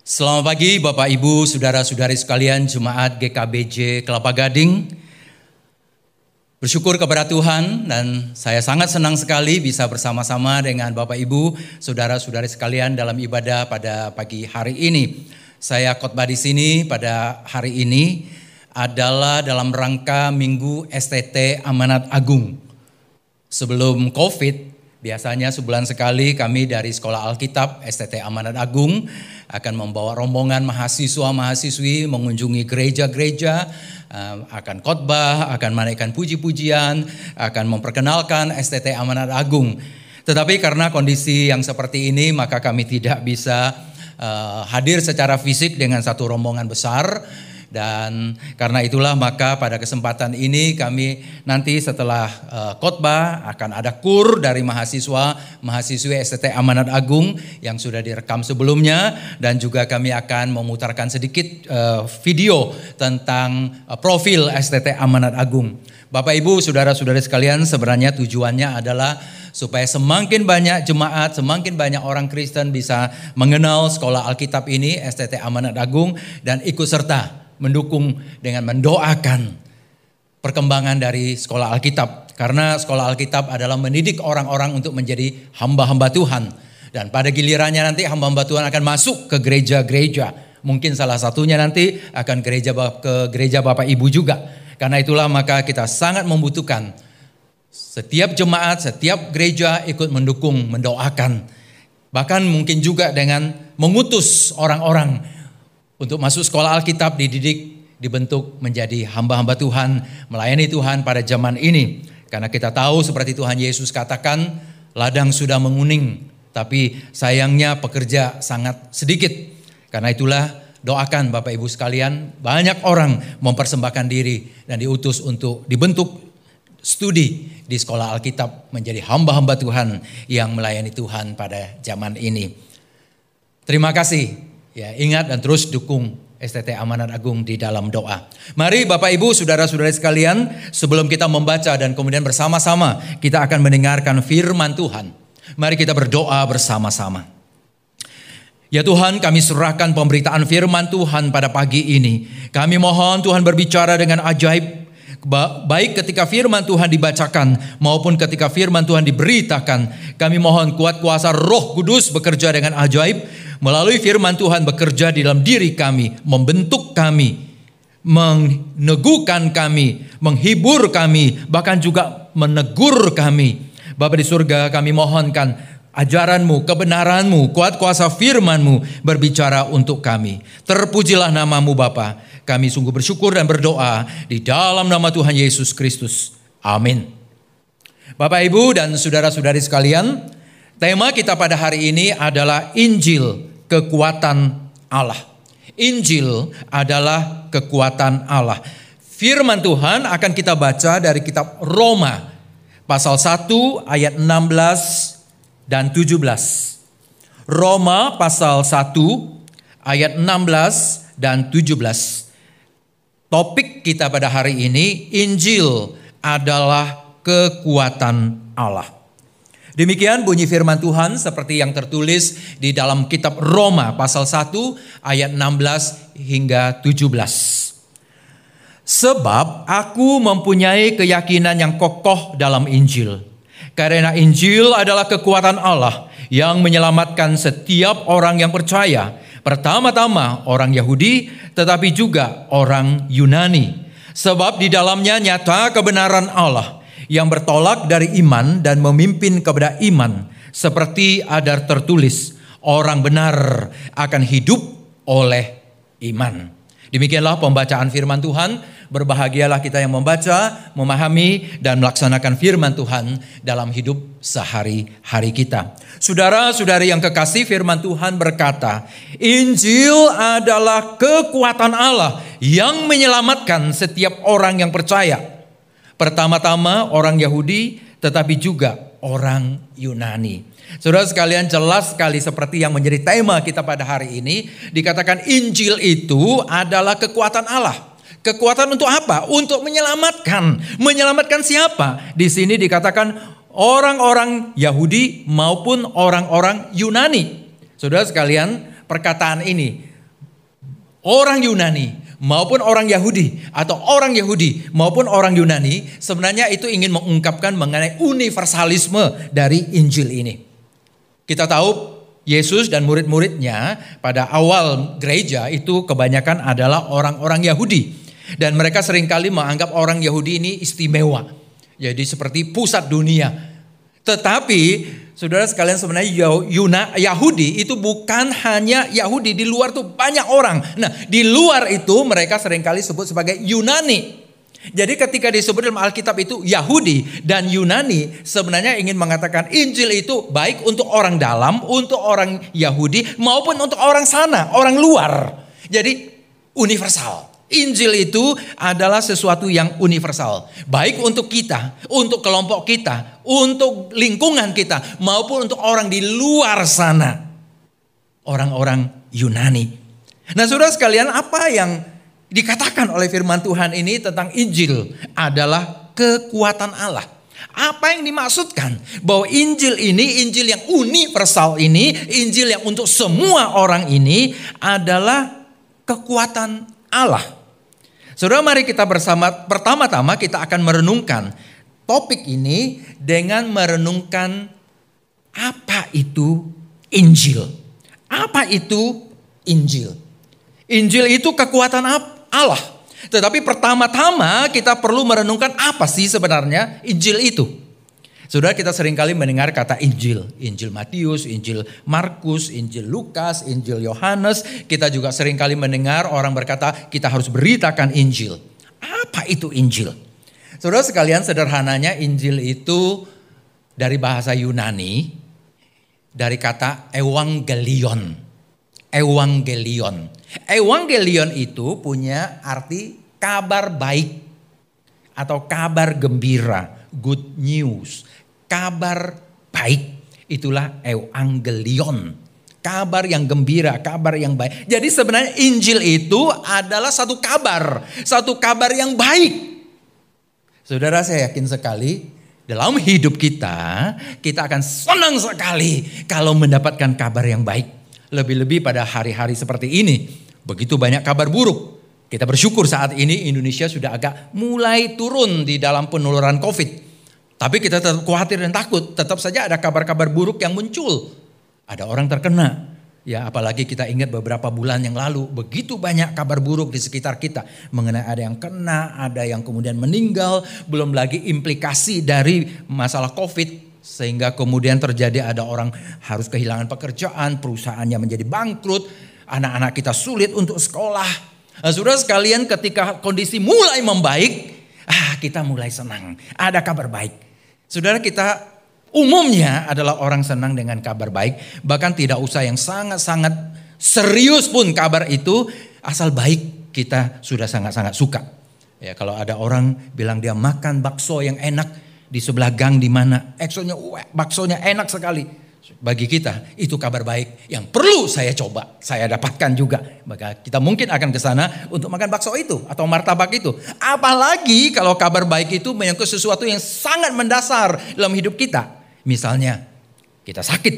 Selamat pagi Bapak Ibu, Saudara-saudari sekalian Jemaat GKBJ Kelapa Gading. Bersyukur kepada Tuhan dan saya sangat senang sekali bisa bersama-sama dengan Bapak Ibu, Saudara-saudari sekalian dalam ibadah pada pagi hari ini. Saya khotbah di sini pada hari ini adalah dalam rangka Minggu STT Amanat Agung. Sebelum COVID, biasanya sebulan sekali kami dari Sekolah Alkitab STT Amanat Agung akan membawa rombongan mahasiswa-mahasiswi mengunjungi gereja-gereja, akan khotbah, akan menaikkan puji-pujian, akan memperkenalkan STT Amanat Agung. Tetapi karena kondisi yang seperti ini, maka kami tidak bisa hadir secara fisik dengan satu rombongan besar. Dan karena itulah maka pada kesempatan ini kami nanti setelah khotbah akan ada kur dari mahasiswi STT Amanat Agung yang sudah direkam sebelumnya, dan juga kami akan memutarkan sedikit video tentang profil STT Amanat Agung. Bapak Ibu, Saudara-saudari sekalian, sebenarnya tujuannya adalah supaya semakin banyak jemaat, semakin banyak orang Kristen bisa mengenal Sekolah Alkitab ini, STT Amanat Agung, dan ikut serta mendukung dengan mendoakan perkembangan dari Sekolah Alkitab. Karena Sekolah Alkitab adalah mendidik orang-orang untuk menjadi hamba-hamba Tuhan. Dan pada gilirannya nanti hamba-hamba Tuhan akan masuk ke gereja-gereja. Mungkin salah satunya nanti akan ke gereja Bapak Ibu juga. Karena itulah maka kita sangat membutuhkan setiap jemaat, setiap gereja ikut mendukung, mendoakan. Bahkan mungkin juga dengan mengutus orang-orang untuk masuk Sekolah Alkitab, dididik, dibentuk menjadi hamba-hamba Tuhan, melayani Tuhan pada zaman ini. Karena kita tahu seperti Tuhan Yesus katakan, ladang sudah menguning, tapi sayangnya pekerja sangat sedikit. Karena itulah doakan Bapak Ibu sekalian, banyak orang mempersembahkan diri dan diutus untuk dibentuk studi di Sekolah Alkitab menjadi hamba-hamba Tuhan yang melayani Tuhan pada zaman ini. Terima kasih. Ya, ingat dan terus dukung STT Amanat Agung di dalam doa. Mari Bapak Ibu, Saudara-saudari sekalian, sebelum kita membaca dan kemudian bersama-sama kita akan mendengarkan firman Tuhan. Mari kita berdoa bersama-sama. Ya Tuhan, kami serahkan pemberitaan firman Tuhan pada pagi ini. Kami mohon Tuhan berbicara dengan ajaib, baik ketika firman Tuhan dibacakan maupun ketika firman Tuhan diberitakan. Kami mohon kuat kuasa Roh Kudus bekerja dengan ajaib. Melalui firman Tuhan bekerja di dalam diri kami, membentuk kami, meneguhkan kami, menghibur kami, bahkan juga menegur kami. Bapa di surga, kami mohonkan ajaran-Mu, kebenaran-Mu, kuat kuasa firman-Mu berbicara untuk kami. Terpujilah nama-Mu Bapa. Kami sungguh bersyukur dan berdoa di dalam nama Tuhan Yesus Kristus. Amin. Bapak Ibu dan saudara-saudari sekalian, tema kita pada hari ini adalah Injil, kekuatan Allah. Injil adalah kekuatan Allah. Firman Tuhan akan kita baca dari kitab Roma, pasal 1 ayat 16 dan 17. Roma pasal 1 ayat 16 dan 17. Topik kita pada hari ini, Injil adalah kekuatan Allah. Demikian bunyi firman Tuhan seperti yang tertulis di dalam kitab Roma pasal 1 ayat 16 hingga 17. Sebab aku mempunyai keyakinan yang kokoh dalam Injil. Karena Injil adalah kekuatan Allah yang menyelamatkan setiap orang yang percaya. Pertama-tama orang Yahudi tetapi juga orang Yunani. Sebab di dalamnya nyata kebenaran Allah yang bertolak dari iman dan memimpin kepada iman, seperti ada tertulis, orang benar akan hidup oleh iman. Demikianlah pembacaan firman Tuhan. Berbahagialah kita yang membaca, memahami dan melaksanakan firman Tuhan dalam hidup sehari-hari kita. Saudara-saudari yang kekasih, firman Tuhan berkata, Injil adalah kekuatan Allah yang menyelamatkan setiap orang yang percaya. Pertama-tama orang Yahudi, tetapi juga orang Yunani. Saudara sekalian, jelas sekali seperti yang menjadi tema kita pada hari ini. Dikatakan Injil itu adalah kekuatan Allah. Kekuatan untuk apa? Untuk menyelamatkan. Menyelamatkan siapa? Di sini dikatakan orang-orang Yahudi maupun orang-orang Yunani. Saudara sekalian, perkataan ini orang Yunani maupun orang Yahudi atau orang Yahudi maupun orang Yunani, sebenarnya itu ingin mengungkapkan mengenai universalisme dari Injil ini. Kita tahu Yesus dan murid-muridnya pada awal gereja itu kebanyakan adalah orang-orang Yahudi. Dan mereka seringkali menganggap orang Yahudi ini istimewa. Jadi seperti pusat dunia. Tetapi saudara sekalian, sebenarnya Yahudi itu bukan hanya Yahudi. Di luar tuh banyak orang. Nah, di luar itu mereka seringkali sebut sebagai Yunani. Jadi ketika disebut dalam Alkitab itu Yahudi dan Yunani, sebenarnya ingin mengatakan Injil itu baik untuk orang dalam, untuk orang Yahudi maupun untuk orang sana, orang luar. Jadi universal. Injil itu adalah sesuatu yang universal. Baik untuk kita, untuk kelompok kita, untuk lingkungan kita, maupun untuk orang di luar sana. Orang-orang Yunani. Nah saudara sekalian, apa yang dikatakan oleh firman Tuhan ini tentang Injil adalah kekuatan Allah. Apa yang dimaksudkan? Bahwa Injil ini, Injil yang universal ini, Injil yang untuk semua orang ini adalah kekuatan Allah. Saudara, mari kita bersama, pertama-tama kita akan merenungkan topik ini dengan merenungkan apa itu Injil. Apa itu Injil? Injil itu kekuatan Allah. Tetapi pertama-tama kita perlu merenungkan apa sih sebenarnya Injil itu. Saudara, kita seringkali mendengar kata Injil. Injil Matius, Injil Markus, Injil Lukas, Injil Yohanes. Kita juga seringkali mendengar orang berkata kita harus beritakan Injil. Apa itu Injil? Saudara sekalian, sederhananya Injil itu dari bahasa Yunani. Dari kata evangelion. Evangelion. Evangelion itu punya arti kabar baik. Atau kabar gembira. Good news. Kabar baik, itulah evangelion. Kabar yang gembira, kabar yang baik. Jadi sebenarnya Injil itu adalah satu kabar yang baik. Saudara, saya yakin sekali dalam hidup kita akan senang sekali kalau mendapatkan kabar yang baik. Lebih-lebih pada hari-hari seperti ini, begitu banyak kabar buruk. Kita bersyukur saat ini Indonesia sudah agak mulai turun di dalam penularan COVID. Tapi kita tetap khawatir dan takut. Tetap saja ada kabar-kabar buruk yang muncul. Ada orang terkena. Ya, apalagi kita ingat beberapa bulan yang lalu. Begitu banyak kabar buruk di sekitar kita. Mengenai ada yang kena, ada yang kemudian meninggal. Belum lagi implikasi dari masalah COVID. Sehingga kemudian terjadi ada orang harus kehilangan pekerjaan. Perusahaannya menjadi bangkrut. Anak-anak kita sulit untuk sekolah. Nah, saudara sekalian, ketika kondisi mulai membaik. Kita mulai senang. Ada kabar baik. Saudara, kita umumnya adalah orang senang dengan kabar baik. Bahkan tidak usah yang sangat-sangat serius pun kabar itu. Asal baik, kita sudah sangat-sangat suka. Ya, kalau ada orang bilang dia makan bakso yang enak di sebelah gang di mana. Baksonya enak sekali. Bagi kita itu kabar baik yang perlu saya coba, saya dapatkan juga. Maka kita mungkin akan ke sana untuk makan bakso itu atau martabak itu. Apalagi kalau kabar baik itu menyangkut sesuatu yang sangat mendasar dalam hidup kita. Misalnya kita sakit,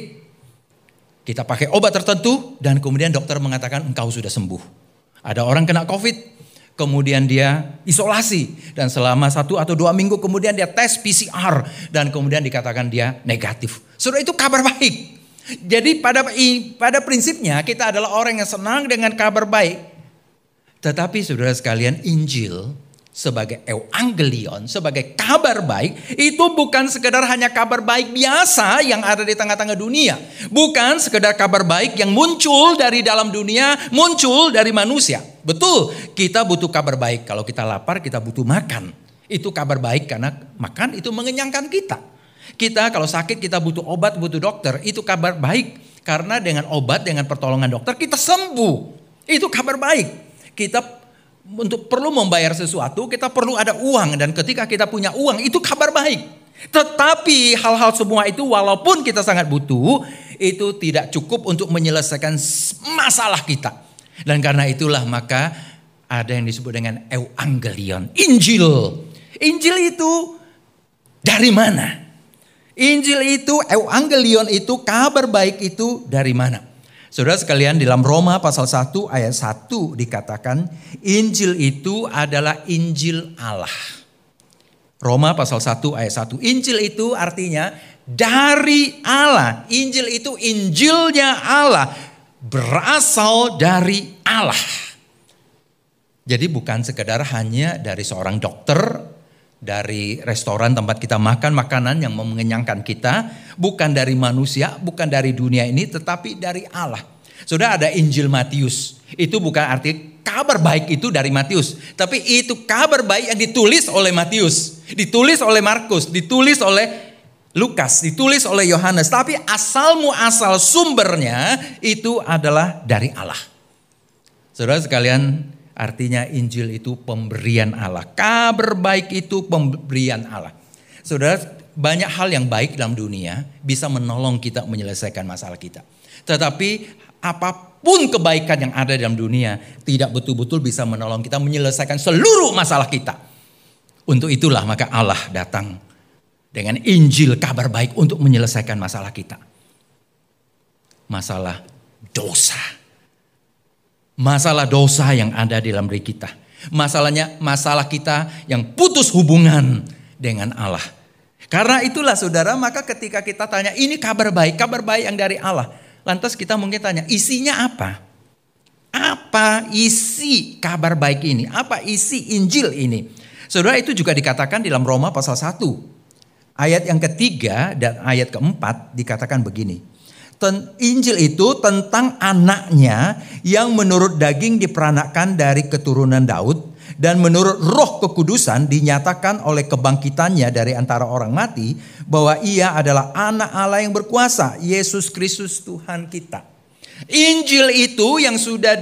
kita pakai obat tertentu dan kemudian dokter mengatakan engkau sudah sembuh. Ada orang kena COVID. Kemudian dia isolasi dan selama 1 atau 2 minggu kemudian dia tes PCR dan kemudian dikatakan dia negatif. Saudara, itu kabar baik. Jadi pada prinsipnya kita adalah orang yang senang dengan kabar baik. Tetapi saudara sekalian, Injil sebagai evangelion, sebagai kabar baik, itu bukan sekedar hanya kabar baik biasa yang ada di tengah-tengah dunia. Bukan sekedar kabar baik yang muncul dari dalam dunia, muncul dari manusia. Betul, kita butuh kabar baik. Kalau kita lapar, kita butuh makan. Itu kabar baik karena makan itu mengenyangkan kita. Kita kalau sakit, kita butuh obat, butuh dokter. Itu kabar baik. Karena dengan obat, dengan pertolongan dokter, kita sembuh. Itu kabar baik. Kita untuk perlu membayar sesuatu, kita perlu ada uang. Dan ketika kita punya uang, itu kabar baik. Tetapi hal-hal semua itu walaupun kita sangat butuh, itu tidak cukup untuk menyelesaikan masalah kita. Dan karena itulah maka ada yang disebut dengan evangelion, Injil. Injil itu dari mana? Injil itu, evangelion itu, kabar baik itu dari mana? Saudara sekalian, dalam Roma pasal 1 ayat 1 dikatakan Injil itu adalah Injil Allah. Roma pasal 1 ayat 1. Injil itu artinya dari Allah. Injil itu Injilnya Allah. Berasal dari Allah. Jadi bukan sekedar hanya dari seorang dokter, dari restoran tempat kita makan makanan yang mengenyangkan kita, bukan dari manusia, bukan dari dunia ini, tetapi dari Allah. Sudah ada Injil Matius, itu bukan arti kabar baik itu dari Matius, tapi itu kabar baik yang ditulis oleh Matius, ditulis oleh Markus, ditulis oleh Lukas, ditulis oleh Yohanes, tapi asal muasal sumbernya itu adalah dari Allah. Saudara sekalian, artinya Injil itu pemberian Allah. Kabar baik itu pemberian Allah. Saudara, banyak hal yang baik dalam dunia bisa menolong kita menyelesaikan masalah kita. Tetapi apapun kebaikan yang ada dalam dunia tidak betul-betul bisa menolong kita menyelesaikan seluruh masalah kita. Untuk itulah maka Allah datang dengan Injil kabar baik untuk menyelesaikan masalah kita. Masalah dosa. Masalah dosa yang ada di dalam diri kita. Masalah kita yang putus hubungan dengan Allah. Karena itulah saudara, maka ketika kita tanya ini kabar baik yang dari Allah. Lantas kita mungkin tanya isinya apa? Apa isi kabar baik ini? Apa isi Injil ini? Saudara, itu juga dikatakan dalam Roma pasal 1. Ayat yang ketiga dan ayat keempat dikatakan begini. Injil itu tentang anaknya yang menurut daging diperanakkan dari keturunan Daud. Dan menurut roh kekudusan dinyatakan oleh kebangkitannya dari antara orang mati. Bahwa ia adalah anak Allah yang berkuasa, Yesus Kristus Tuhan kita. Injil itu yang sudah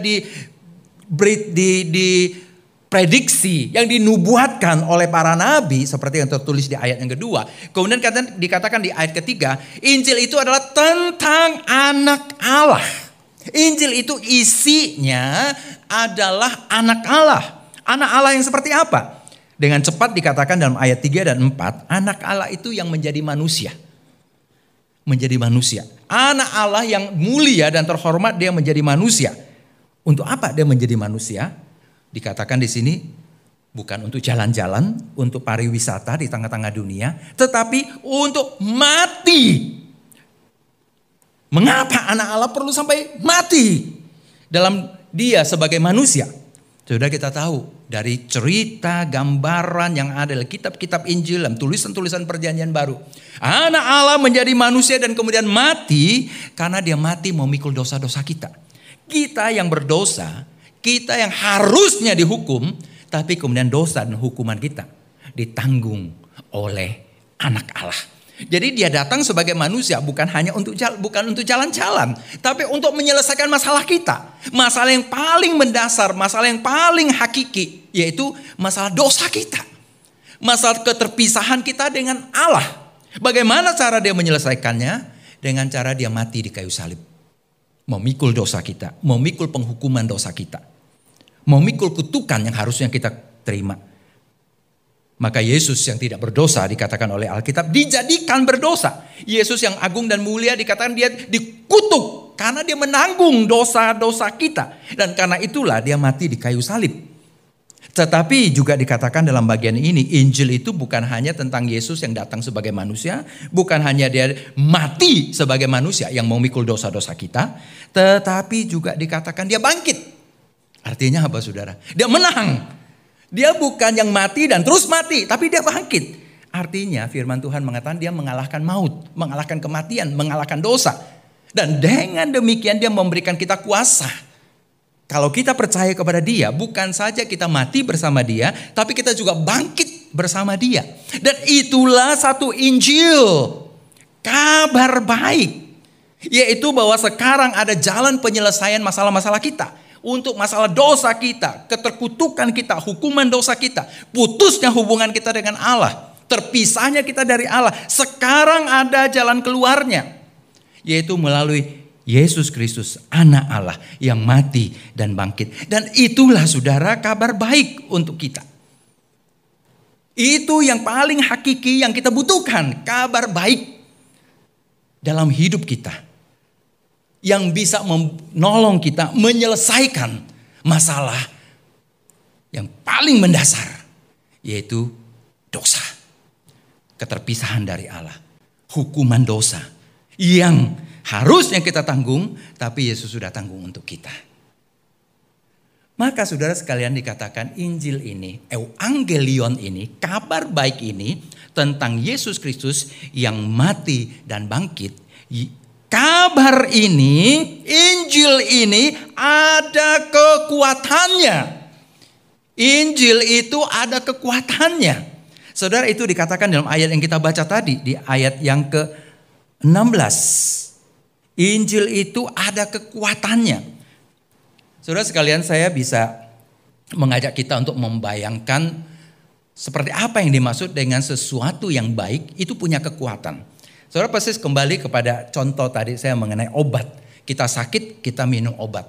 diprediksi, yang dinubuatkan oleh para nabi seperti yang tertulis di ayat yang kedua. Kemudian dikatakan di ayat ketiga, Injil itu adalah tentang anak Allah. Injil itu isinya adalah anak Allah. Anak Allah yang seperti apa? Dengan cepat dikatakan dalam ayat 3 dan 4, anak Allah itu yang menjadi manusia. Menjadi manusia. Anak Allah yang mulia dan terhormat, dia menjadi manusia. Untuk apa dia menjadi manusia? Dikatakan di sini bukan untuk jalan-jalan, untuk pariwisata di tengah-tengah dunia, tetapi untuk mati. Mengapa anak Allah perlu sampai mati dalam dia sebagai manusia? Sudah kita tahu dari cerita gambaran yang ada dalam kitab-kitab Injil, dalam tulisan-tulisan perjanjian baru. Anak Allah menjadi manusia dan kemudian mati karena dia mati memikul dosa-dosa kita. Kita yang berdosa, kita yang harusnya dihukum, tapi kemudian dosa dan hukuman kita ditanggung oleh anak Allah. Jadi dia datang sebagai manusia bukan untuk jalan-jalan, tapi untuk menyelesaikan masalah kita. Masalah yang paling mendasar, masalah yang paling hakiki, yaitu masalah dosa kita. Masalah keterpisahan kita dengan Allah. Bagaimana cara dia menyelesaikannya? Dengan cara dia mati di kayu salib. Memikul dosa kita, memikul penghukuman dosa kita. Memikul kutukan yang harusnya kita terima. Maka Yesus yang tidak berdosa dikatakan oleh Alkitab dijadikan berdosa. Yesus yang agung dan mulia dikatakan dia dikutuk karena dia menanggung dosa-dosa kita. Dan karena itulah dia mati di kayu salib. Tetapi juga dikatakan dalam bagian ini Injil itu bukan hanya tentang Yesus yang datang sebagai manusia. Bukan hanya dia mati sebagai manusia yang memikul dosa-dosa kita. Tetapi juga dikatakan dia bangkit. Artinya apa saudara? Dia menang. Dia bukan yang mati dan terus mati, tapi dia bangkit. Artinya firman Tuhan mengatakan dia mengalahkan maut, mengalahkan kematian, mengalahkan dosa. Dan dengan demikian dia memberikan kita kuasa. Kalau kita percaya kepada dia, bukan saja kita mati bersama dia, tapi kita juga bangkit bersama dia. Dan itulah satu Injil, kabar baik. Yaitu bahwa sekarang ada jalan penyelesaian masalah-masalah kita. Untuk masalah dosa kita, keterkutukan kita, hukuman dosa kita, putusnya hubungan kita dengan Allah, terpisahnya kita dari Allah. Sekarang ada jalan keluarnya, yaitu melalui Yesus Kristus, anak Allah yang mati dan bangkit. Dan itulah saudara kabar baik untuk kita. Itu yang paling hakiki yang kita butuhkan, kabar baik dalam hidup kita. yang bisa menolong kita menyelesaikan masalah yang paling mendasar, yaitu dosa. Keterpisahan dari Allah. Hukuman dosa yang harusnya kita tanggung, tapi Yesus sudah tanggung untuk kita. Maka saudara sekalian dikatakan Injil ini, Evangelion ini, kabar baik ini tentang Yesus Kristus yang mati dan bangkit. Kabar ini, Injil ini ada kekuatannya. Injil itu ada kekuatannya. Saudara, itu dikatakan dalam ayat yang kita baca tadi, di ayat yang ke-16. Injil itu ada kekuatannya. Saudara sekalian, saya bisa mengajak kita untuk membayangkan seperti apa yang dimaksud dengan sesuatu yang baik itu punya kekuatan. Saudara persis kembali kepada contoh tadi saya mengenai obat. Kita sakit, kita minum obat.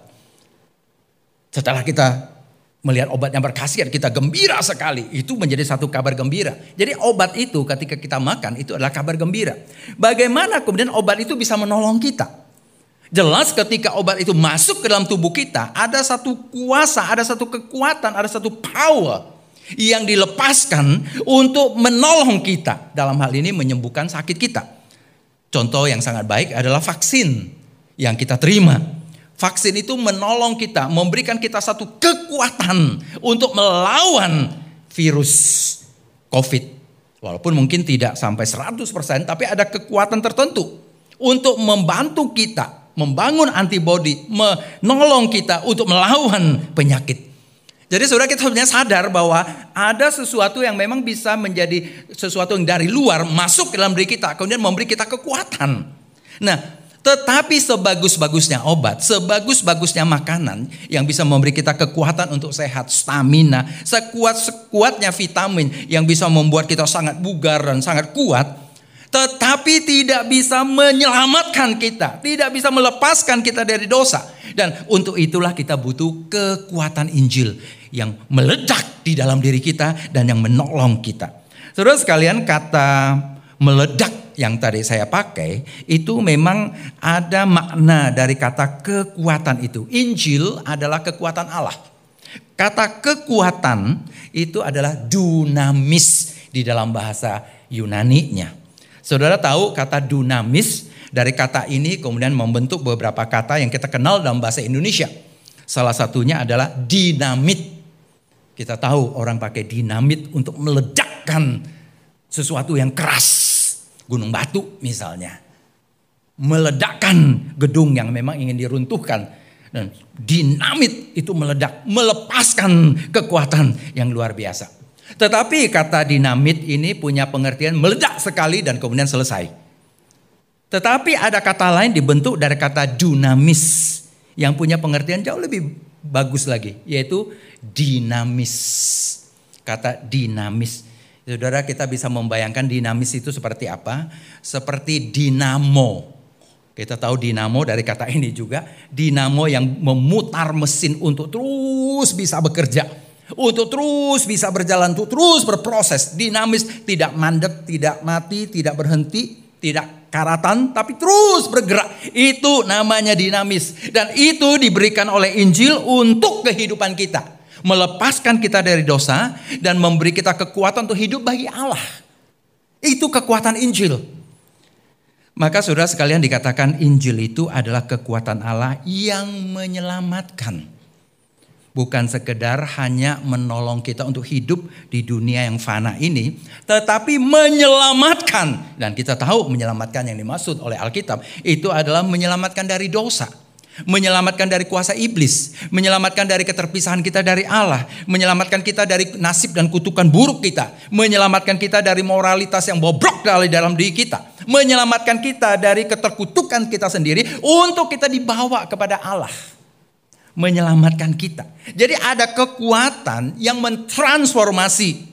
Setelah kita melihat obat yang berkhasiat, kita gembira sekali. Itu menjadi satu kabar gembira. Jadi obat itu ketika kita makan itu adalah kabar gembira. Bagaimana kemudian obat itu bisa menolong kita? Jelas ketika obat itu masuk ke dalam tubuh kita, ada satu kuasa, ada satu kekuatan, ada satu power yang dilepaskan untuk menolong kita. Dalam hal ini menyembuhkan sakit kita. Contoh yang sangat baik adalah vaksin yang kita terima. Vaksin itu menolong kita, memberikan kita satu kekuatan untuk melawan virus COVID. Walaupun mungkin tidak sampai 100%, tapi ada kekuatan tertentu untuk membantu kita membangun antibodi, menolong kita untuk melawan penyakit. Jadi saudara, kita sebenarnya sadar bahwa ada sesuatu yang memang bisa menjadi sesuatu yang dari luar masuk ke dalam diri kita, kemudian memberi kita kekuatan. Nah, tetapi sebagus-bagusnya obat, sebagus-bagusnya makanan yang bisa memberi kita kekuatan untuk sehat, stamina, sekuat-sekuatnya vitamin yang bisa membuat kita sangat bugar dan sangat kuat, tetapi tidak bisa menyelamatkan kita, tidak bisa melepaskan kita dari dosa. Dan untuk itulah kita butuh kekuatan Injil yang meledak di dalam diri kita dan yang menolong kita. Saudara sekalian, kata meledak yang tadi saya pakai itu memang ada makna dari kata kekuatan itu. Injil adalah kekuatan Allah. Kata kekuatan itu adalah dunamis di dalam bahasa Yunani-nya. Saudara tahu kata dunamis, dari kata ini kemudian membentuk beberapa kata yang kita kenal dalam bahasa Indonesia. Salah satunya adalah dinamit. Kita tahu orang pakai dinamit untuk meledakkan sesuatu yang keras. Gunung batu misalnya. Meledakkan gedung yang memang ingin diruntuhkan. Dan dinamit itu meledak, melepaskan kekuatan yang luar biasa. Tetapi kata dinamit ini punya pengertian meledak sekali dan kemudian selesai. Tetapi ada kata lain dibentuk dari kata dunamis yang punya pengertian jauh lebih bagus lagi, yaitu dinamis. Kata dinamis. Saudara, kita bisa membayangkan dinamis itu seperti apa? Seperti dinamo. Kita tahu dinamo dari kata ini juga. Dinamo yang memutar mesin untuk terus bisa bekerja. Untuk terus bisa berjalan, untuk terus berproses. Dinamis, tidak mandek, tidak mati, tidak berhenti, tidak karatan, tapi terus bergerak. Itu namanya dinamis. Dan itu diberikan oleh Injil untuk kehidupan kita. Melepaskan kita dari dosa dan memberi kita kekuatan untuk hidup bagi Allah. Itu kekuatan Injil. Maka saudara sekalian, dikatakan Injil itu adalah kekuatan Allah yang menyelamatkan. Bukan sekedar hanya menolong kita untuk hidup di dunia yang fana ini, tetapi menyelamatkan. Dan kita tahu menyelamatkan yang dimaksud oleh Alkitab itu adalah menyelamatkan dari dosa, menyelamatkan dari kuasa iblis, menyelamatkan dari keterpisahan kita dari Allah, menyelamatkan kita dari nasib dan kutukan buruk kita, menyelamatkan kita dari moralitas yang bobrok dalam diri kita, menyelamatkan kita dari keterkutukan kita sendiri untuk kita dibawa kepada Allah. Menyelamatkan kita. Jadi ada kekuatan yang mentransformasi.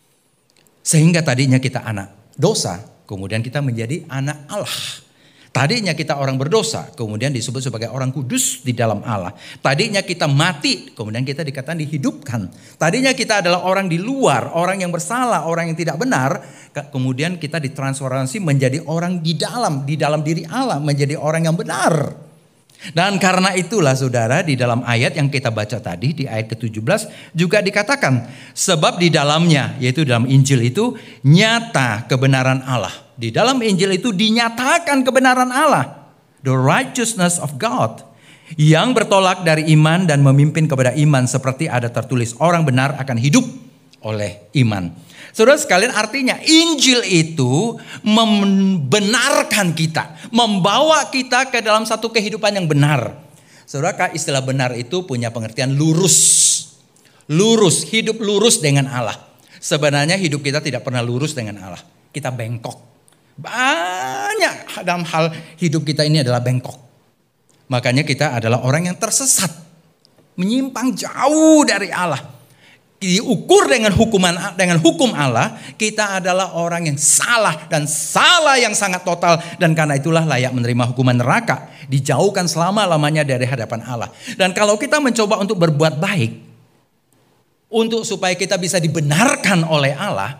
Sehingga tadinya kita anak dosa, kemudian kita menjadi anak Allah. Tadinya kita orang berdosa, kemudian disebut sebagai orang kudus di dalam Allah. Tadinya kita mati, kemudian kita dikatakan dihidupkan. Tadinya kita adalah orang di luar, orang yang bersalah, orang yang tidak benar. Kemudian kita ditransformasi menjadi orang di dalam diri Allah, menjadi orang yang benar. Dan karena itulah saudara, di dalam ayat yang kita baca tadi, di ayat ke-17 juga dikatakan, sebab di dalamnya, yaitu dalam Injil itu, nyata kebenaran Allah. Di dalam Injil itu dinyatakan kebenaran Allah, the righteousness of God, yang bertolak dari iman dan memimpin kepada iman, seperti ada tertulis, orang benar akan hidup oleh iman. Saudara sekalian, artinya Injil itu membenarkan kita, membawa kita ke dalam satu kehidupan yang benar. Saudara, istilah benar itu punya pengertian lurus. Lurus, hidup lurus dengan Allah. Sebenarnya hidup kita tidak pernah lurus dengan Allah. Kita bengkok. Banyak dalam hal hidup kita ini adalah bengkok. Makanya kita adalah orang yang tersesat, menyimpang jauh dari Allah. Diukur dengan hukum Allah, kita adalah orang yang salah dan salah yang sangat total, dan karena itulah layak menerima hukuman neraka, dijauhkan selama-lamanya dari hadapan Allah. Dan kalau kita mencoba untuk berbuat baik, untuk supaya kita bisa dibenarkan oleh Allah,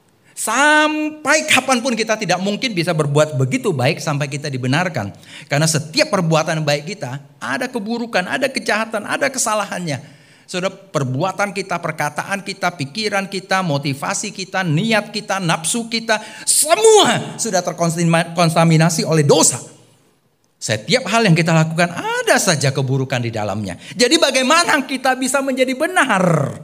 sampai kapanpun kita tidak mungkin bisa berbuat begitu baik sampai kita dibenarkan. Karena setiap perbuatan baik kita ada keburukan, ada kejahatan, ada kesalahannya. Saudara, perbuatan kita, perkataan kita, pikiran kita, motivasi kita, niat kita, nafsu kita, semua sudah terkontaminasi oleh dosa. Setiap hal yang kita lakukan ada saja keburukan di dalamnya. Jadi bagaimana kita bisa menjadi benar?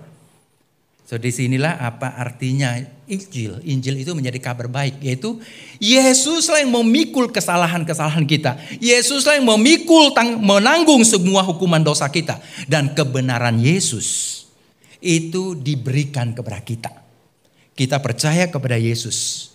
So disinilah apa artinya Injil. Injil itu menjadi kabar baik, yaitu Yesuslah yang memikul kesalahan-kesalahan kita. Yesuslah yang menanggung semua hukuman dosa kita. Dan kebenaran Yesus itu diberikan kepada kita. Kita percaya kepada Yesus.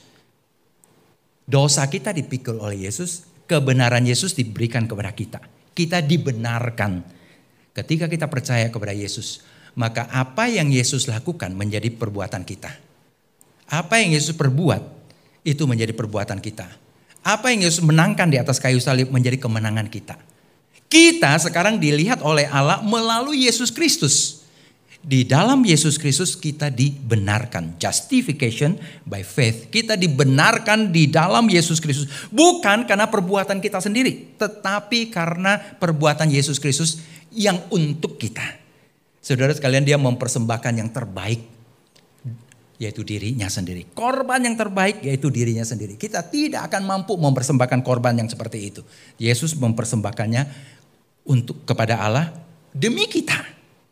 Dosa kita dipikul oleh Yesus, kebenaran Yesus diberikan kepada kita. Kita dibenarkan ketika kita percaya kepada Yesus. Maka apa yang Yesus lakukan menjadi perbuatan kita. Apa yang Yesus perbuat itu menjadi perbuatan kita. Apa yang Yesus menangkan di atas kayu salib menjadi kemenangan kita. Kita sekarang dilihat oleh Allah melalui Yesus Kristus. Di dalam Yesus Kristus kita dibenarkan. Justification by faith. Kita dibenarkan di dalam Yesus Kristus. Bukan karena perbuatan kita sendiri. Tetapi karena perbuatan Yesus Kristus yang untuk kita. Saudara sekalian, dia mempersembahkan yang terbaik, yaitu dirinya sendiri. Korban yang terbaik yaitu dirinya sendiri. Kita tidak akan mampu mempersembahkan korban yang seperti itu. Yesus mempersembahkannya kepada Allah demi kita.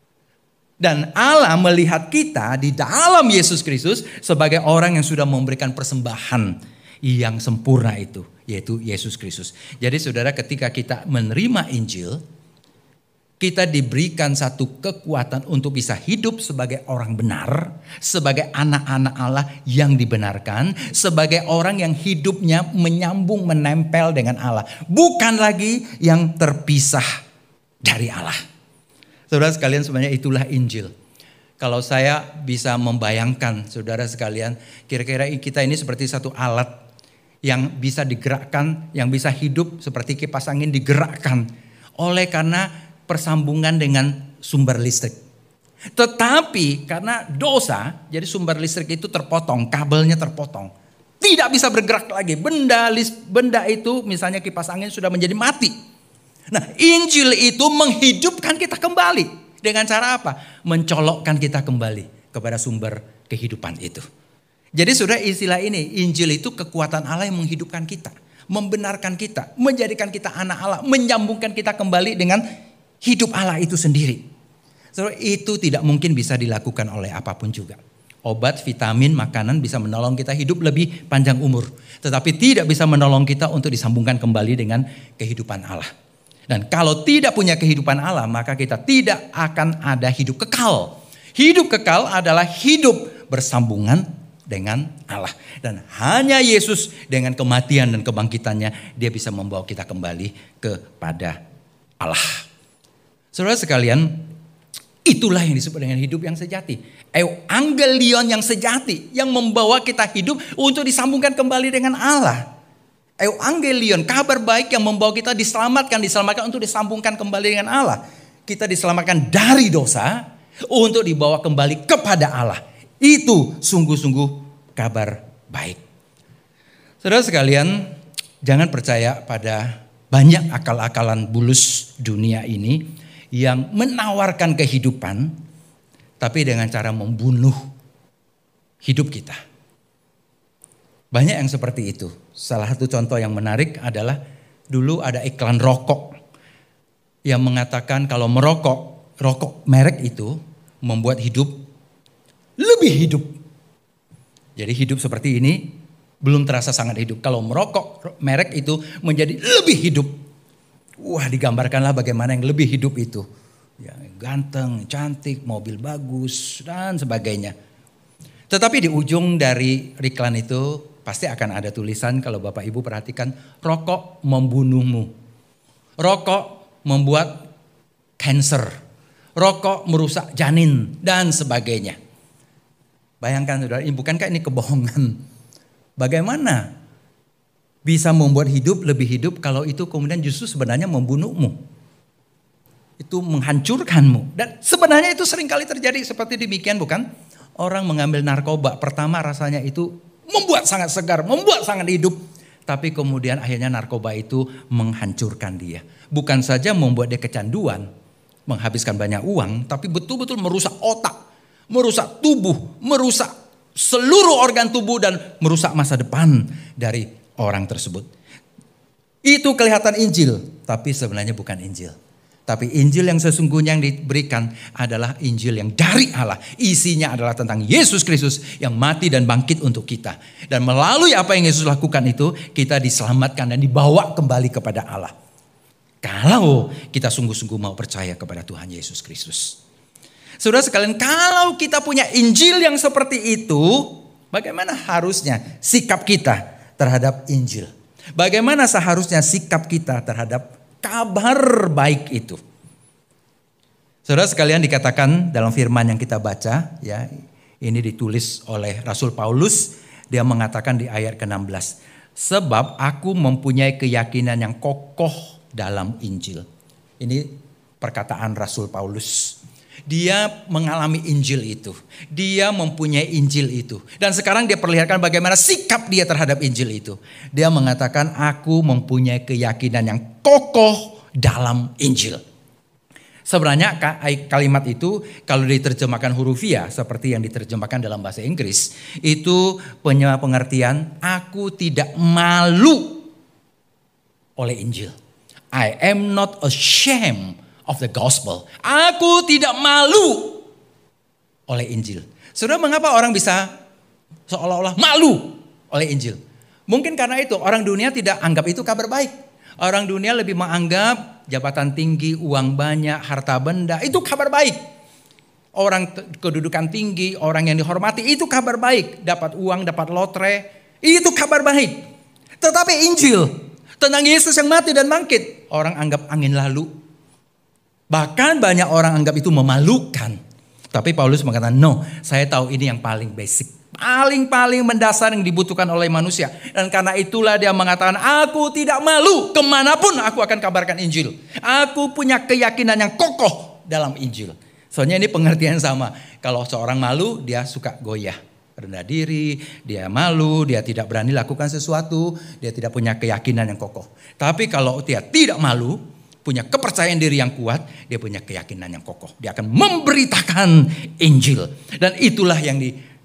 Dan Allah melihat kita di dalam Yesus Kristus sebagai orang yang sudah memberikan persembahan yang sempurna itu, yaitu Yesus Kristus. Jadi saudara, ketika kita menerima Injil, kita diberikan satu kekuatan untuk bisa hidup sebagai orang benar, sebagai anak-anak Allah yang dibenarkan, sebagai orang yang hidupnya menyambung, menempel dengan Allah. Bukan lagi yang terpisah dari Allah. Saudara sekalian, sebenarnya itulah Injil. Kalau saya bisa membayangkan, saudara sekalian, kira-kira kita ini seperti satu alat yang bisa digerakkan, yang bisa hidup seperti kipas angin digerakkan. Karena persambungan dengan sumber listrik. Tetapi karena dosa, jadi sumber listrik itu terpotong, kabelnya terpotong. Tidak bisa bergerak lagi. Benda itu, misalnya kipas angin, sudah menjadi mati. Nah, Injil itu menghidupkan kita kembali. Dengan cara apa? Mencolokkan kita kembali kepada sumber kehidupan itu. Jadi sudah istilah ini, Injil itu kekuatan Allah yang menghidupkan kita. Membenarkan kita, menjadikan kita anak Allah, menyambungkan kita kembali dengan hidup Allah itu sendiri. So, itu tidak mungkin bisa dilakukan oleh apapun juga. Obat, vitamin, makanan bisa menolong kita hidup lebih panjang umur. Tetapi tidak bisa menolong kita untuk disambungkan kembali dengan kehidupan Allah. Dan kalau tidak punya kehidupan Allah, maka kita tidak akan ada hidup kekal. Hidup kekal adalah hidup bersambungan dengan Allah. Dan hanya Yesus dengan kematian dan kebangkitannya, dia bisa membawa kita kembali kepada Allah. Saudara sekalian, itulah yang disebut dengan hidup yang sejati. Evangelion yang sejati, yang membawa kita hidup untuk disambungkan kembali dengan Allah. Evangelion, kabar baik yang membawa kita diselamatkan untuk disambungkan kembali dengan Allah. Kita diselamatkan dari dosa untuk dibawa kembali kepada Allah. Itu sungguh-sungguh kabar baik. Saudara sekalian, jangan percaya pada Banyak akal-akalan bulus dunia ini yang menawarkan kehidupan, tapi dengan cara membunuh hidup kita. Banyak yang seperti itu. Salah satu contoh yang menarik adalah dulu ada iklan rokok yang mengatakan kalau merokok, rokok merek itu membuat hidup lebih hidup. Jadi hidup seperti ini belum terasa sangat hidup. Kalau merokok merek itu menjadi lebih hidup. Wah, digambarkanlah bagaimana yang lebih hidup itu. Ya, ganteng, cantik, mobil bagus dan sebagainya. Tetapi di ujung dari iklan itu pasti akan ada tulisan, kalau Bapak Ibu perhatikan, rokok membunuhmu. Rokok membuat kanker. Rokok merusak janin dan sebagainya. Bayangkan saudara, bukankah ini kebohongan? Bagaimana bisa membuat hidup lebih hidup kalau itu kemudian justru sebenarnya membunuhmu? Itu menghancurkanmu. Dan sebenarnya itu seringkali terjadi seperti demikian, bukan? Orang mengambil narkoba, pertama rasanya itu membuat sangat segar, membuat sangat hidup. Tapi kemudian akhirnya narkoba itu menghancurkan dia. Bukan saja membuat dia kecanduan, menghabiskan banyak uang, tapi betul-betul merusak otak, merusak tubuh, merusak seluruh organ tubuh dan merusak masa depan dari orang tersebut. Itu kelihatan Injil, tapi sebenarnya bukan Injil. Tapi Injil yang sesungguhnya yang diberikan adalah Injil yang dari Allah. Isinya adalah tentang Yesus Kristus yang mati dan bangkit untuk kita. Dan melalui apa yang Yesus lakukan itu, kita diselamatkan dan dibawa kembali kepada Allah. Kalau kita sungguh-sungguh mau percaya kepada Tuhan Yesus Kristus. Saudara sekalian, kalau kita punya Injil yang seperti itu, bagaimana harusnya sikap kita terhadap Injil? Bagaimana seharusnya sikap kita terhadap kabar baik itu? Saudara sekalian, dikatakan dalam firman yang kita baca, ya, ini ditulis oleh Rasul Paulus. Dia mengatakan di ayat ke-16, sebab aku mempunyai keyakinan yang kokoh dalam Injil. Ini perkataan Rasul Paulus. Dia mengalami Injil itu. Dia mempunyai Injil itu. Dan sekarang dia perlihatkan bagaimana sikap dia terhadap Injil itu. Dia mengatakan, aku mempunyai keyakinan yang kokoh dalam Injil. Sebenarnya kalimat itu kalau diterjemahkan hurufiah seperti yang diterjemahkan dalam bahasa Inggris, itu punya pengertian, aku tidak malu oleh Injil. I am not ashamed of the gospel. Aku tidak malu oleh Injil. Saudara, mengapa orang bisa seolah-olah malu oleh Injil? Mungkin karena itu orang dunia tidak anggap itu kabar baik. Orang dunia lebih menganggap jabatan tinggi, uang banyak, harta benda itu kabar baik. Orang kedudukan tinggi, orang yang dihormati itu kabar baik. Dapat uang, dapat lotre, itu kabar baik. Tetapi Injil tentang Yesus yang mati dan bangkit, orang anggap angin lalu. Bahkan banyak orang anggap itu memalukan. Tapi Paulus mengatakan, no, saya tahu ini yang paling basic. Paling mendasar yang dibutuhkan oleh manusia. Dan karena itulah dia mengatakan, aku tidak malu, kemanapun aku akan kabarkan Injil. Aku punya keyakinan yang kokoh dalam Injil. Soalnya ini pengertian sama. Kalau seorang malu, dia suka goyah, rendah diri, dia malu, dia tidak berani lakukan sesuatu, dia tidak punya keyakinan yang kokoh. Tapi kalau dia tidak malu, punya kepercayaan diri yang kuat, dia punya keyakinan yang kokoh. Dia akan memberitakan Injil. Dan itulah yang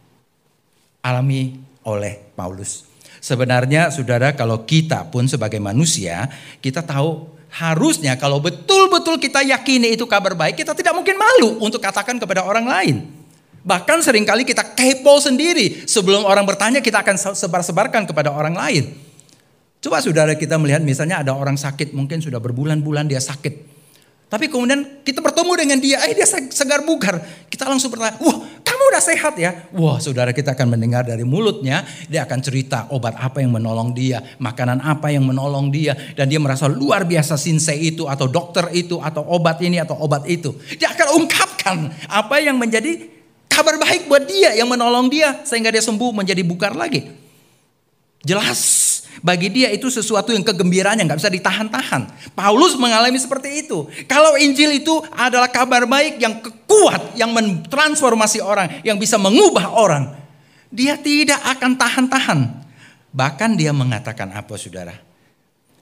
dialami oleh Paulus. Sebenarnya saudara, kalau kita pun sebagai manusia, kita tahu harusnya kalau betul-betul kita yakini itu kabar baik, kita tidak mungkin malu untuk katakan kepada orang lain. Bahkan seringkali kita kepo sendiri. Sebelum orang bertanya, kita akan sebar-sebarkan kepada orang lain. Coba saudara kita melihat misalnya ada orang sakit, mungkin sudah berbulan-bulan dia sakit. Tapi kemudian kita bertemu dengan dia, dia segar bugar. Kita langsung bertanya, wah kamu udah sehat ya? Wah saudara, kita akan mendengar dari mulutnya, dia akan cerita obat apa yang menolong dia, makanan apa yang menolong dia. Dan dia merasa luar biasa sinsei itu, atau dokter itu, atau obat ini, atau obat itu. Dia akan ungkapkan apa yang menjadi kabar baik buat dia, yang menolong dia, sehingga dia sembuh menjadi bugar lagi. Jelas. Bagi dia itu sesuatu yang kegembiraan yang gak bisa ditahan-tahan. Paulus mengalami seperti itu. Kalau Injil itu adalah kabar baik yang kuat, yang mentransformasi orang, yang bisa mengubah orang, dia tidak akan tahan-tahan. Bahkan dia mengatakan apa saudara?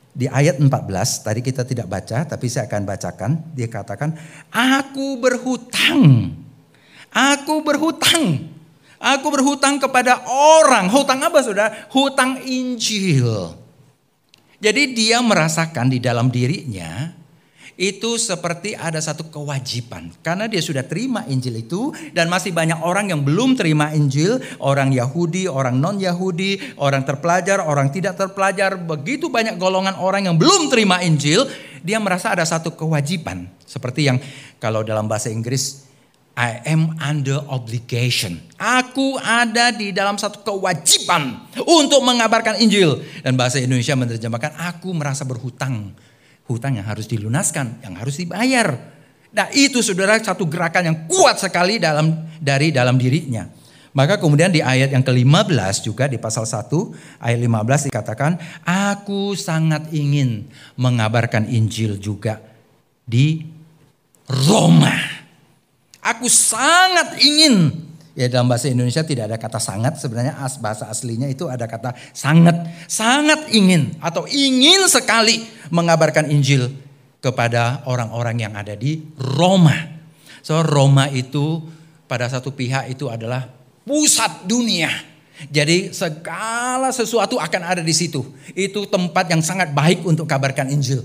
Di ayat 14, tadi kita tidak baca tapi saya akan bacakan. Dia katakan, aku berhutang. Aku berhutang. Aku berhutang kepada orang. Hutang apa saudara? Hutang Injil. Jadi dia merasakan di dalam dirinya itu seperti ada satu kewajiban. Karena dia sudah terima Injil itu dan masih banyak orang yang belum terima Injil. Orang Yahudi, orang non-Yahudi, orang terpelajar, orang tidak terpelajar. Begitu banyak golongan orang yang belum terima Injil. Dia merasa ada satu kewajiban. Seperti yang kalau dalam bahasa Inggris, I am under obligation. Aku ada di dalam satu kewajiban untuk mengabarkan Injil. Dan bahasa Indonesia menerjemahkan, aku merasa berhutang. Hutang yang harus dilunaskan, yang harus dibayar. Nah itu saudara satu gerakan yang kuat sekali dari dalam dirinya. Maka kemudian di ayat yang ke-15 juga di pasal 1 ayat 15 dikatakan, aku sangat ingin mengabarkan Injil juga di Roma. Aku sangat ingin. Ya dalam bahasa Indonesia tidak ada kata sangat, sebenarnya bahasa aslinya itu ada kata sangat. Sangat ingin atau ingin sekali mengabarkan Injil kepada orang-orang yang ada di Roma. So Roma itu pada satu pihak itu adalah pusat dunia. Jadi segala sesuatu akan ada di situ. Itu tempat yang sangat baik untuk kabarkan Injil.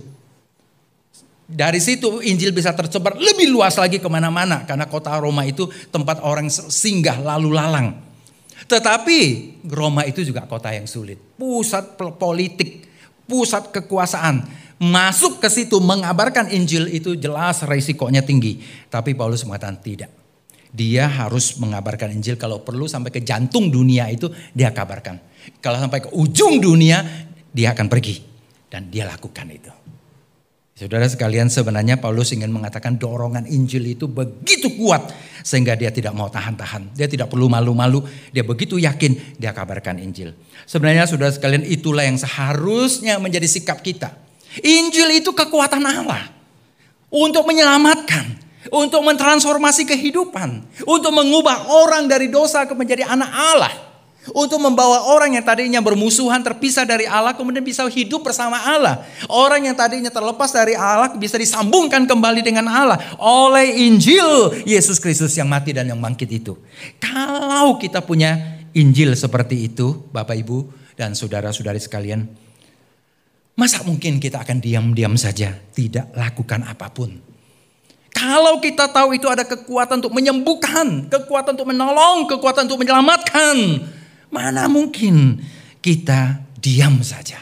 Dari situ Injil bisa tersebar lebih luas lagi kemana-mana. Karena kota Roma itu tempat orang singgah lalu lalang. Tetapi Roma itu juga kota yang sulit. Pusat politik, pusat kekuasaan. Masuk ke situ mengabarkan Injil itu jelas resikonya tinggi. Tapi Paulus mengatakan tidak. Dia harus mengabarkan Injil kalau perlu sampai ke jantung dunia itu dia kabarkan. Kalau sampai ke ujung dunia dia akan pergi. Dan dia lakukan itu. Saudara sekalian sebenarnya Paulus ingin mengatakan dorongan Injil itu begitu kuat. Sehingga dia tidak mau tahan-tahan. Dia tidak perlu malu-malu. Dia begitu yakin dia kabarkan Injil. Sebenarnya saudara sekalian itulah yang seharusnya menjadi sikap kita. Injil itu kekuatan Allah. Untuk menyelamatkan. Untuk mentransformasi kehidupan. Untuk mengubah orang dari dosa menjadi anak Allah. Untuk membawa orang yang tadinya bermusuhan terpisah dari Allah kemudian bisa hidup bersama Allah. Orang yang tadinya terlepas dari Allah bisa disambungkan kembali dengan Allah. Oleh Injil Yesus Kristus yang mati dan yang bangkit itu. Kalau kita punya Injil seperti itu Bapak Ibu dan saudara-saudari sekalian. Masa mungkin kita akan diam-diam saja tidak lakukan apapun. Kalau kita tahu itu ada kekuatan untuk menyembuhkan. Kekuatan untuk menolong. Kekuatan untuk menyelamatkan. Mana mungkin kita diam saja.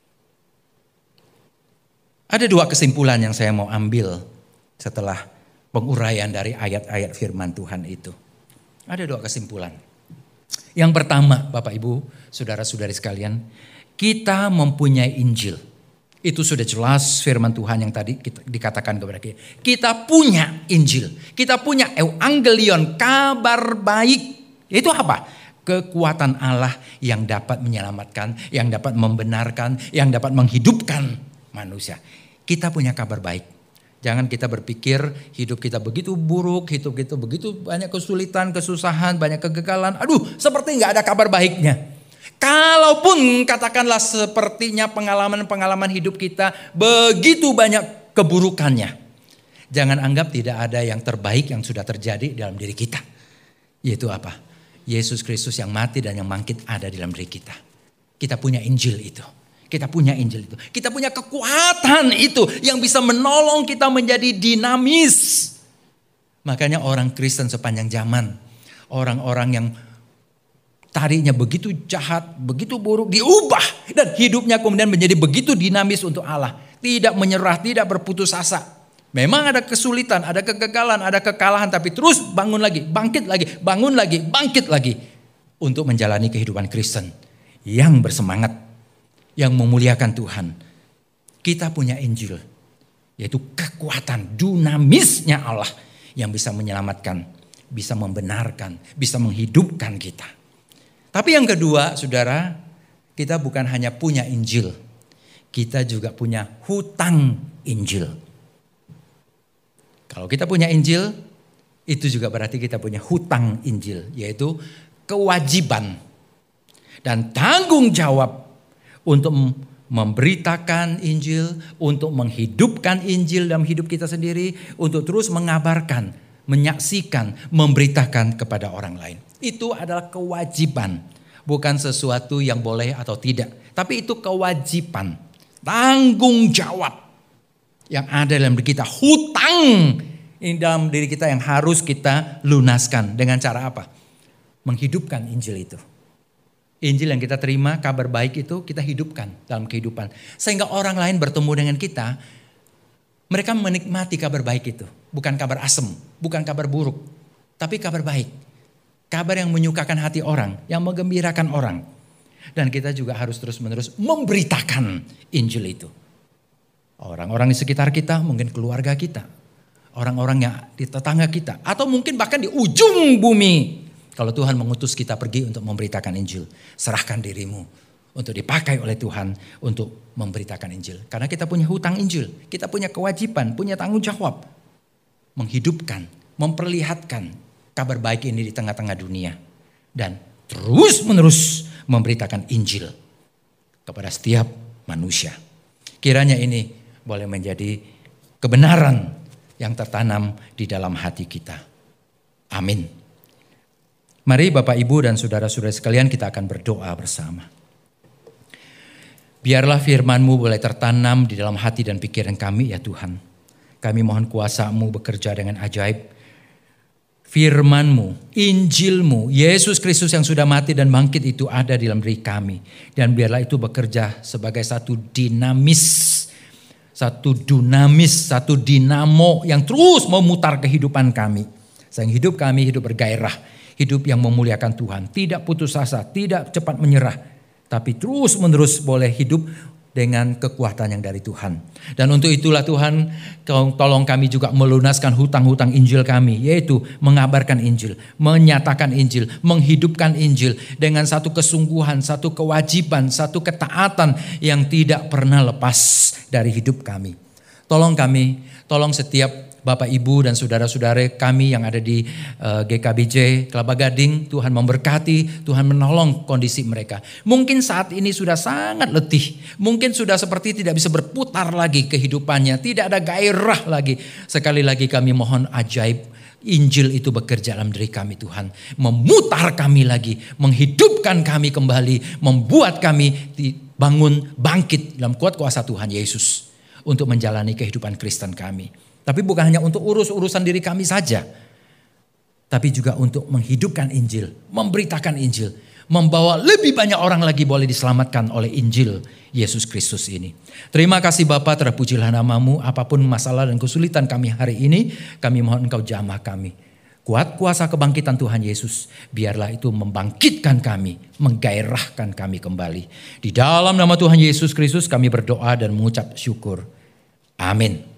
Ada dua kesimpulan yang saya mau ambil setelah penguraian dari ayat-ayat firman Tuhan itu. Ada dua kesimpulan. Yang pertama Bapak Ibu, saudara-saudari sekalian. Kita mempunyai Injil. Itu sudah jelas firman Tuhan yang tadi dikatakan kepada kita. Kita punya Injil. Kita punya Evangelion, kabar baik. Itu apa? Kekuatan Allah yang dapat menyelamatkan, yang dapat membenarkan, yang dapat menghidupkan manusia. Kita punya kabar baik. Jangan kita berpikir hidup kita begitu buruk, hidup kita begitu banyak kesulitan, kesusahan, banyak kegagalan. Aduh, seperti nggak ada kabar baiknya. Kalaupun katakanlah sepertinya pengalaman-pengalaman hidup kita begitu banyak keburukannya. Jangan anggap tidak ada yang terbaik yang sudah terjadi dalam diri kita. Yaitu apa? Yesus Kristus yang mati dan yang bangkit ada di dalam diri kita. Kita punya Injil itu. Kita punya Injil itu. Kita punya kekuatan itu yang bisa menolong kita menjadi dinamis. Makanya orang Kristen sepanjang zaman. Orang-orang yang tadinya begitu jahat, begitu buruk diubah. Dan hidupnya kemudian menjadi begitu dinamis untuk Allah. Tidak menyerah, tidak berputus asa. Memang ada kesulitan, ada kegagalan, ada kekalahan. Tapi terus bangun lagi, bangkit lagi, bangun lagi, bangkit lagi. Untuk menjalani kehidupan Kristen yang bersemangat, yang memuliakan Tuhan. Kita punya Injil. Yaitu kekuatan dinamisnya Allah. Yang bisa menyelamatkan, bisa membenarkan, bisa menghidupkan kita. Tapi yang kedua saudara, kita bukan hanya punya Injil. Kita juga punya hutang Injil. Kalau kita punya Injil, itu juga berarti kita punya hutang Injil. Yaitu kewajiban dan tanggung jawab untuk memberitakan Injil, untuk menghidupkan Injil dalam hidup kita sendiri, untuk terus mengabarkan, menyaksikan, memberitakan kepada orang lain. Itu adalah kewajiban, bukan sesuatu yang boleh atau tidak, tapi itu kewajiban, tanggung jawab yang ada dalam diri kita, hutang ini dalam diri kita yang harus kita lunaskan. Dengan cara apa? Menghidupkan Injil itu. Injil yang kita terima, kabar baik itu kita hidupkan dalam kehidupan. Sehingga orang lain bertemu dengan kita, mereka menikmati kabar baik itu. Bukan kabar asem, bukan kabar buruk, tapi kabar baik. Kabar yang menyukakan hati orang, yang menggembirakan orang. Dan kita juga harus terus-menerus memberitakan Injil itu. Orang-orang di sekitar kita, mungkin keluarga kita, orang-orang yang di tetangga kita, atau mungkin bahkan di ujung bumi. Kalau Tuhan mengutus kita pergi untuk memberitakan Injil, serahkan dirimu untuk dipakai oleh Tuhan untuk memberitakan Injil. Karena kita punya hutang Injil, kita punya kewajiban, punya tanggung jawab. Menghidupkan, memperlihatkan kabar baik ini di tengah-tengah dunia. Dan terus-menerus memberitakan Injil kepada setiap manusia. Kiranya ini boleh menjadi kebenaran yang tertanam di dalam hati kita. Amin. Mari Bapak Ibu dan saudara-saudara sekalian, kita akan berdoa bersama. Biarlah firman-Mu boleh tertanam di dalam hati dan pikiran kami ya Tuhan. Kami mohon kuasa-Mu bekerja dengan ajaib. Firman-Mu, Injil-Mu, Yesus Kristus yang sudah mati dan bangkit itu ada di dalam diri kami. Dan biarlah itu bekerja sebagai satu dunamis, satu dinamo yang terus memutar kehidupan kami. Sehingga hidup kami hidup bergairah. Hidup yang memuliakan Tuhan. Tidak putus asa, tidak cepat menyerah. Tapi terus menerus boleh hidup dengan kekuatan yang dari Tuhan. Dan untuk itulah Tuhan, tolong kami juga melunaskan hutang-hutang Injil kami. Yaitu mengabarkan Injil, menyatakan Injil, menghidupkan Injil. Dengan satu kesungguhan, satu kewajiban, satu ketaatan yang tidak pernah lepas dari hidup kami. Tolong kami, tolong setiap Bapak, Ibu, dan saudara-saudara kami yang ada di GKBJ Kelapa Gading, Tuhan memberkati, Tuhan menolong kondisi mereka. Mungkin saat ini sudah sangat letih, mungkin sudah seperti tidak bisa berputar lagi kehidupannya, tidak ada gairah lagi. Sekali lagi kami mohon ajaib, Injil itu bekerja dalam diri kami Tuhan. Memutar kami lagi, menghidupkan kami kembali, membuat kami dibangun, bangkit dalam kuat kuasa Tuhan Yesus. Untuk menjalani kehidupan Kristen kami. Tapi bukan hanya untuk urusan diri kami saja. Tapi juga untuk menghidupkan Injil. Memberitakan Injil. Membawa lebih banyak orang lagi boleh diselamatkan oleh Injil Yesus Kristus ini. Terima kasih Bapa, terpujilah nama-Mu. Apapun masalah dan kesulitan kami hari ini, kami mohon Engkau jamah kami. Kuat kuasa kebangkitan Tuhan Yesus. Biarlah itu membangkitkan kami. Menggairahkan kami kembali. Di dalam nama Tuhan Yesus Kristus kami berdoa dan mengucap syukur. Amin.